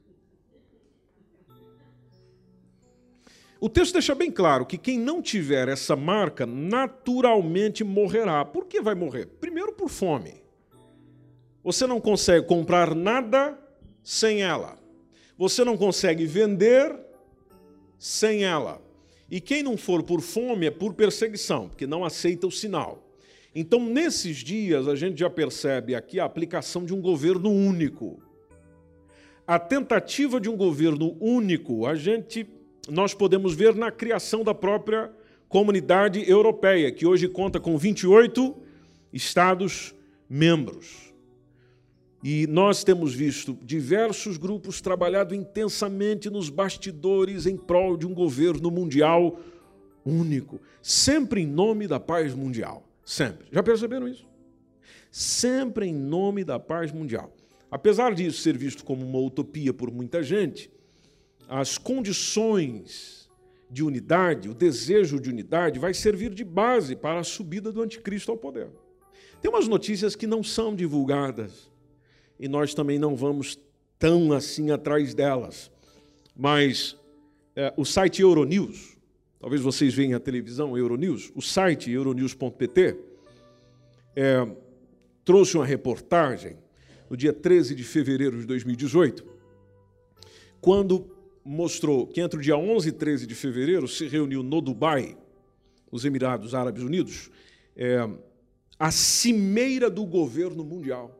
O texto deixa bem claro que quem não tiver essa marca naturalmente morrerá. Por que vai morrer? Primeiro, por fome. Você não consegue comprar nada sem ela. Você não consegue vender sem ela. E quem não for por fome é por perseguição, porque não aceita o sinal. Então, nesses dias, a gente já percebe aqui a aplicação de um governo único. A tentativa de um governo único, a gente, nós podemos ver na criação da própria Comunidade Europeia, que hoje conta com vinte e oito Estados-membros. E nós temos visto diversos grupos trabalhando intensamente nos bastidores em prol de um governo mundial único, sempre em nome da paz mundial. Sempre. Já perceberam isso? Sempre em nome da paz mundial. Apesar disso ser visto como uma utopia por muita gente, as condições de unidade, o desejo de unidade vai servir de base para a subida do anticristo ao poder. Tem umas notícias que não são divulgadas, e nós também não vamos tão assim atrás delas. Mas é, o site Euronews, talvez vocês vejam a televisão Euronews, o site euronews ponto pt, é, trouxe uma reportagem no dia treze de fevereiro de dois mil e dezoito, quando mostrou que entre o dia onze e treze de fevereiro se reuniu no Dubai, nos Emirados Árabes Unidos, é, a cimeira do governo mundial.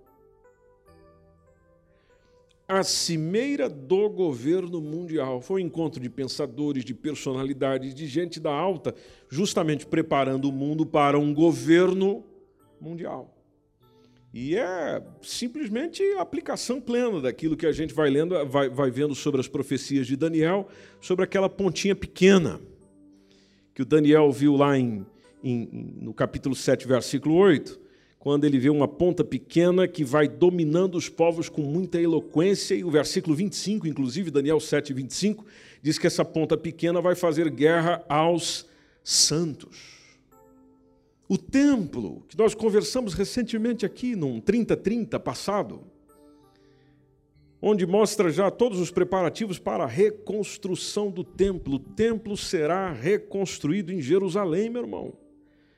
A cimeira do governo mundial foi um encontro de pensadores, de personalidades, de gente da alta, justamente preparando o mundo para um governo mundial. E é simplesmente a aplicação plena daquilo que a gente vai lendo, vai, vai vendo sobre as profecias de Daniel, sobre aquela pontinha pequena que o Daniel viu lá em, em, no capítulo sete, versículo oito, quando ele vê uma ponta pequena que vai dominando os povos com muita eloquência, e o versículo vinte e cinco, inclusive, Daniel sete, vinte e cinco, diz que essa ponta pequena vai fazer guerra aos santos. O templo, que nós conversamos recentemente aqui, num trinta trinta passado, onde mostra já todos os preparativos para a reconstrução do templo. O templo será reconstruído em Jerusalém, meu irmão.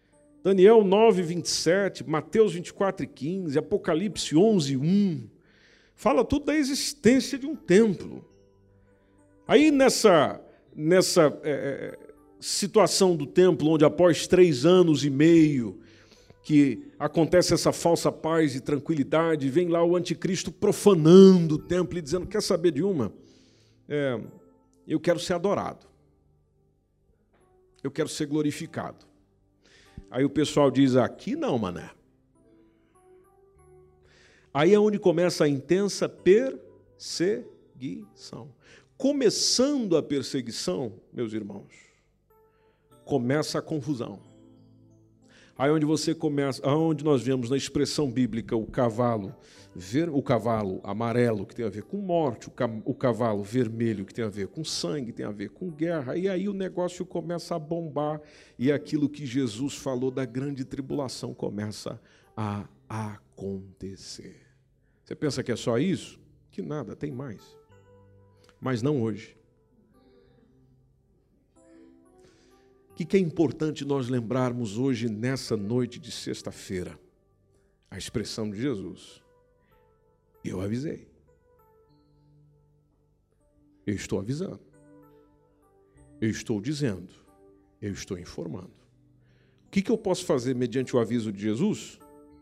Daniel nove, vinte e sete, Mateus vinte e quatro e quinze, Apocalipse onze, um. Fala tudo da existência de um templo. Aí nessa, nessa é, situação do templo, onde após três anos e meio que acontece essa falsa paz e tranquilidade, vem lá o anticristo profanando o templo e dizendo, quer saber de uma? É, eu quero ser adorado. Eu quero ser glorificado. Aí o pessoal diz, aqui não, mané. Aí é onde começa a intensa perseguição. Começando a perseguição, meus irmãos, começa a confusão. Aí onde você começa, aonde nós vemos na expressão bíblica o cavalo, ver, o cavalo amarelo que tem a ver com morte, o, ca, o cavalo vermelho que tem a ver com sangue, tem a ver com guerra, e aí o negócio começa a bombar e aquilo que Jesus falou da grande tribulação começa a acontecer. Você pensa que é só isso? Que nada, tem mais. Mas não hoje. O que, que é importante nós lembrarmos hoje, nessa noite de sexta-feira? A expressão de Jesus. Eu avisei. Eu estou avisando. Eu estou dizendo. Eu estou informando. O que, que eu posso fazer mediante o aviso de Jesus?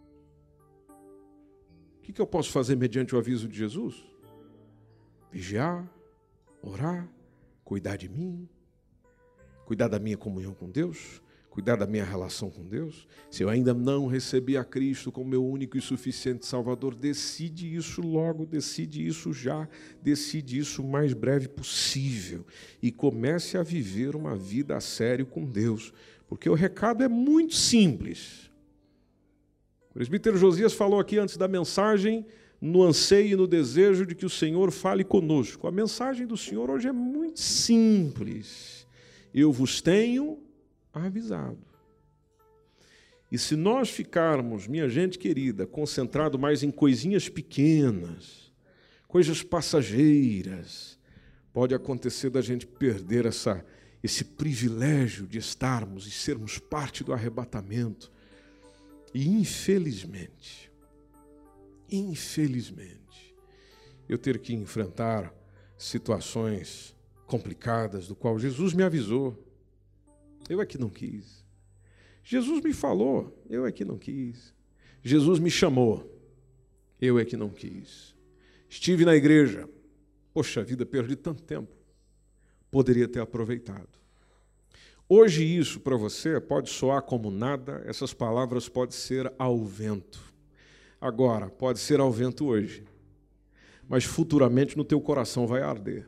O que, que eu posso fazer mediante o aviso de Jesus? Vigiar, orar, cuidar de mim, cuidar da minha comunhão com Deus, cuidar da minha relação com Deus. Se eu ainda não recebi a Cristo como meu único e suficiente Salvador, decide isso logo, decide isso já, decide isso o mais breve possível e comece a viver uma vida a sério com Deus, porque o recado é muito simples. O presbítero Josias falou aqui antes da mensagem, no anseio e no desejo de que o Senhor fale conosco. A mensagem do Senhor hoje é muito simples. Eu vos tenho avisado. E se nós ficarmos, minha gente querida, concentrado mais em coisinhas pequenas, coisas passageiras, pode acontecer da gente perder essa, esse privilégio de estarmos e sermos parte do arrebatamento. E infelizmente, infelizmente, eu ter que enfrentar situações complicadas, do qual Jesus me avisou. Eu é que não quis. Jesus me falou, eu é que não quis. Jesus me chamou, eu é que não quis. Estive na igreja, poxa vida, perdi tanto tempo. Poderia ter aproveitado. Hoje isso para você pode soar como nada, essas palavras podem ser ao vento. Agora, pode ser ao vento hoje, mas futuramente no teu coração vai arder.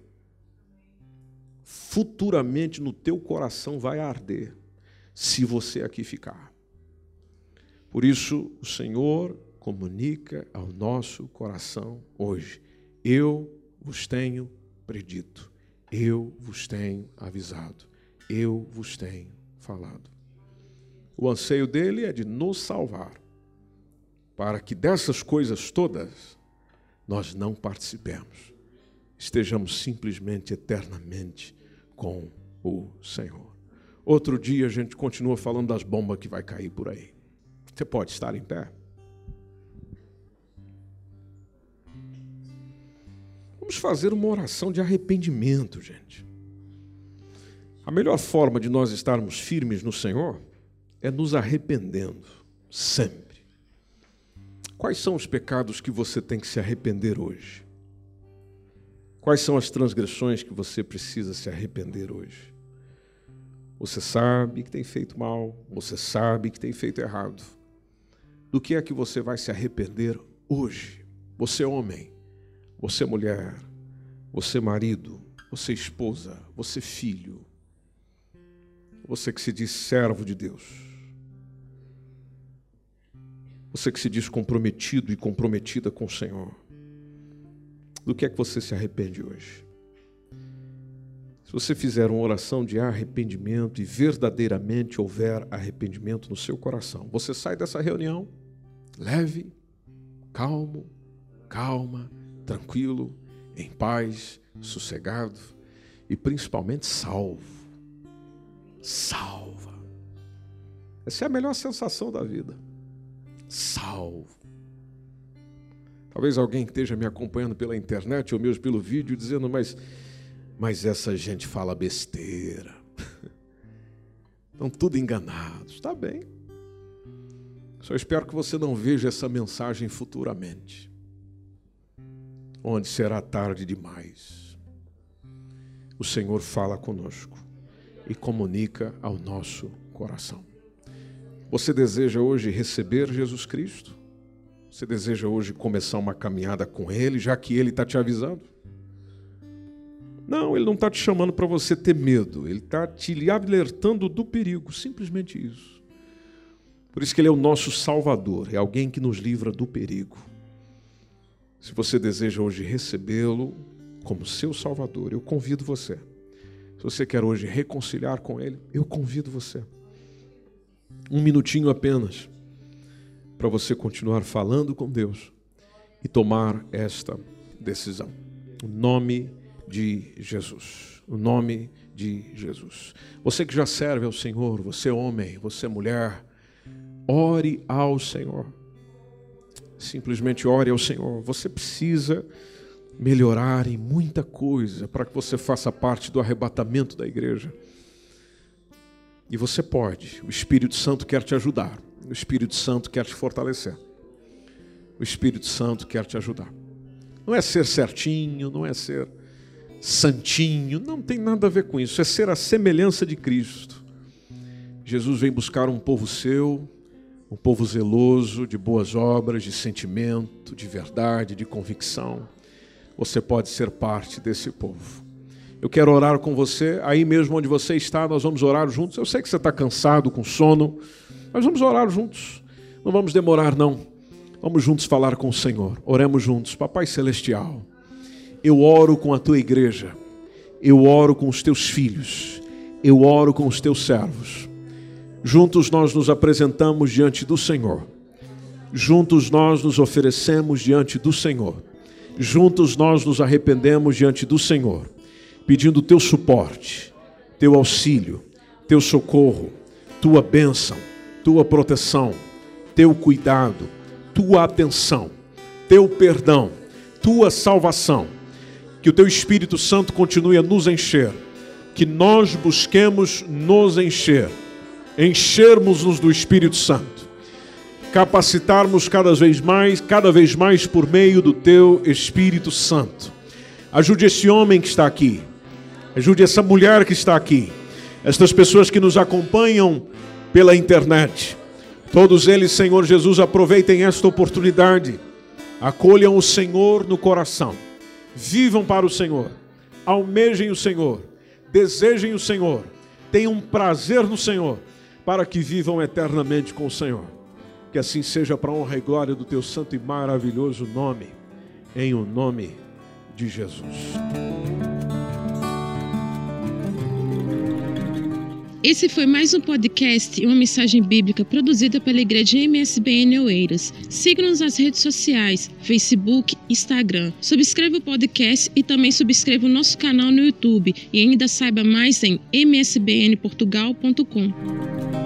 Futuramente no teu coração vai arder, se você aqui ficar. Por isso, o Senhor comunica ao nosso coração hoje. Eu vos tenho predito, eu vos tenho avisado. Eu vos tenho falado. O anseio dele é de nos salvar, para que dessas coisas todas nós não participemos. Estejamos simplesmente, eternamente com o Senhor. Outro dia a gente continua falando das bombas que vai cair por aí. Você pode estar em pé? Vamos fazer uma oração de arrependimento, gente. A melhor forma de nós estarmos firmes no Senhor é nos arrependendo, sempre. Quais são os pecados que você tem que se arrepender hoje? Quais são as transgressões que você precisa se arrepender hoje? Você sabe que tem feito mal, você sabe que tem feito errado. Do que é que você vai se arrepender hoje? Você homem, você mulher, você marido, você esposa, você filho, você que se diz servo de Deus, você que se diz comprometido e comprometida com o Senhor, do que é que você se arrepende hoje? Se você fizer uma oração de arrependimento e verdadeiramente houver arrependimento no seu coração, você sai dessa reunião leve, calmo, calma, tranquilo, em paz, sossegado e principalmente salvo. Salva. Essa é a melhor sensação da vida. Salvo. Talvez alguém esteja me acompanhando pela internet ou mesmo pelo vídeo dizendo, mas, mas essa gente fala besteira. Estão tudo enganados. Está bem. Só espero que você não veja essa mensagem futuramente, onde será tarde demais. O Senhor fala conosco e comunica ao nosso coração. Você deseja hoje receber Jesus Cristo? Você deseja hoje começar uma caminhada com Ele, já que Ele está te avisando? Não, Ele não está te chamando para você ter medo. Ele está te alertando do perigo, simplesmente isso. Por isso que Ele é o nosso Salvador, é alguém que nos livra do perigo. Se você deseja hoje recebê-lo como seu Salvador, eu convido você. Se você quer hoje reconciliar com Ele, eu convido você. Um minutinho apenas, para você continuar falando com Deus e tomar esta decisão. O nome de Jesus. O nome de Jesus. Você que já serve ao Senhor, você homem, você mulher, ore ao Senhor. Simplesmente ore ao Senhor. Você precisa melhorar em muita coisa para que você faça parte do arrebatamento da igreja. E você pode. O Espírito Santo quer te ajudar. O Espírito Santo quer te fortalecer. O Espírito Santo quer te ajudar. Não é ser certinho, não é ser santinho, não tem nada a ver com isso. É ser a semelhança de Cristo. Jesus vem buscar um povo seu, um povo zeloso, de boas obras, de sentimento, de verdade, de convicção. Você pode ser parte desse povo. Eu quero orar com você, aí mesmo onde você está, nós vamos orar juntos. Eu sei que você está cansado, com sono, mas vamos orar juntos. Não vamos demorar, não. Vamos juntos falar com o Senhor. Oremos juntos. Papai Celestial, eu oro com a tua igreja, eu oro com os teus filhos, eu oro com os teus servos. Juntos nós nos apresentamos diante do Senhor. Juntos nós nos oferecemos diante do Senhor. Juntos nós nos arrependemos diante do Senhor, pedindo teu suporte, teu auxílio, teu socorro, tua bênção, tua proteção, teu cuidado, tua atenção, teu perdão, tua salvação. Que o teu Espírito Santo continue a nos encher, que nós busquemos nos encher, enchermos-nos do Espírito Santo, capacitarmos cada vez mais, cada vez mais por meio do teu Espírito Santo. Ajude esse homem que está aqui, ajude essa mulher que está aqui, estas pessoas que nos acompanham pela internet. Todos eles, Senhor Jesus, aproveitem esta oportunidade, acolham o Senhor no coração, vivam para o Senhor, almejem o Senhor, desejem o Senhor, tenham prazer no Senhor, para que vivam eternamente com o Senhor. Que assim seja para a honra e glória do teu santo e maravilhoso nome, em o nome de Jesus. Esse foi mais um podcast e uma mensagem bíblica produzida pela Igreja M S B N Oeiras. Siga-nos nas redes sociais, Facebook, Instagram. Subscreva o podcast e também subscreva o nosso canal no YouTube. E ainda saiba mais em m s b n portugal ponto com.